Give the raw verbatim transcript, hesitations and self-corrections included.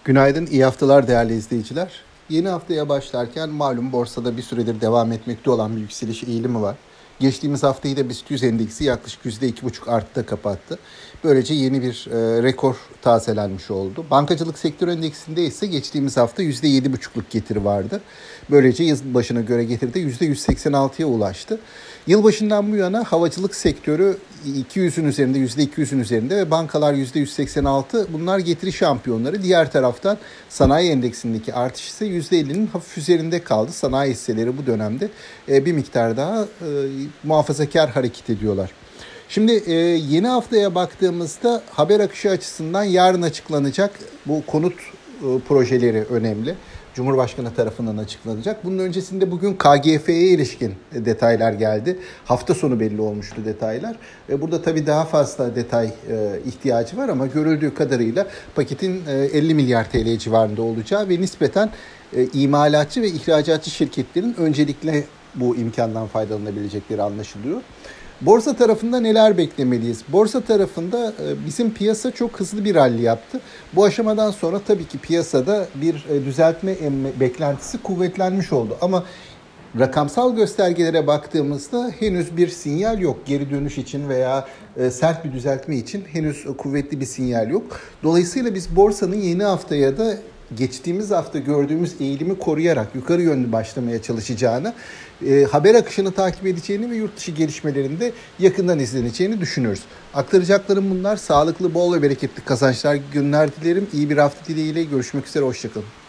Günaydın, iyi haftalar değerli izleyiciler. Yeni haftaya başlarken malum borsada bir süredir devam etmekte olan bir yükseliş eğilimi var. Geçtiğimiz haftayı da BIST yüz endeksi yaklaşık yüzde iki buçuk artta kapattı. Böylece yeni bir e, rekor tazelenmiş oldu. Bankacılık sektör endeksinde ise geçtiğimiz hafta yüzde yedi buçukluk getiri vardı. Böylece yılbaşına göre getiride yüzde yüz seksen altıya ulaştı. Yılbaşından bu yana havacılık sektörü iki yüzün üzerinde, yüzde iki yüzün üzerinde ve bankalar yüzde yüz seksen altı. Bunlar getiri şampiyonları. Diğer taraftan sanayi endeksindeki artış ise yüzde ellinin hafif üzerinde kaldı. Sanayi hisseleri bu dönemde bir miktar daha muhafazakar hareket ediyorlar. Şimdi yeni haftaya baktığımızda haber akışı açısından yarın açıklanacak bu konut projeleri önemli. Cumhurbaşkanı tarafından açıklanacak. Bunun öncesinde bugün K G F'ye ilişkin detaylar geldi. Hafta sonu belli olmuştu detaylar. Ve burada tabii daha fazla detay ihtiyacı var ama görüldüğü kadarıyla paketin elli milyar T L civarında olacağı ve nispeten imalatçı ve ihracatçı şirketlerin öncelikle bu imkandan faydalanabilecekleri anlaşılıyor. Borsa tarafında neler beklemeliyiz? Borsa tarafında bizim piyasa çok hızlı bir rally yaptı. Bu aşamadan sonra tabii ki piyasada bir düzeltme beklentisi kuvvetlenmiş oldu. Ama rakamsal göstergelere baktığımızda henüz bir sinyal yok. Geri dönüş için veya sert bir düzeltme için henüz kuvvetli bir sinyal yok. Dolayısıyla biz borsanın yeni haftaya da geçtiğimiz hafta gördüğümüz eğilimi koruyarak yukarı yönlü başlamaya çalışacağını, e, haber akışını takip edeceğini ve yurt dışı gelişmelerinde yakından izleneceğini düşünüyoruz. Aktaracaklarım bunlar. Sağlıklı, bol ve bereketli kazançlar, günler dilerim. İyi bir hafta dileğiyle görüşmek üzere. Hoşçakalın.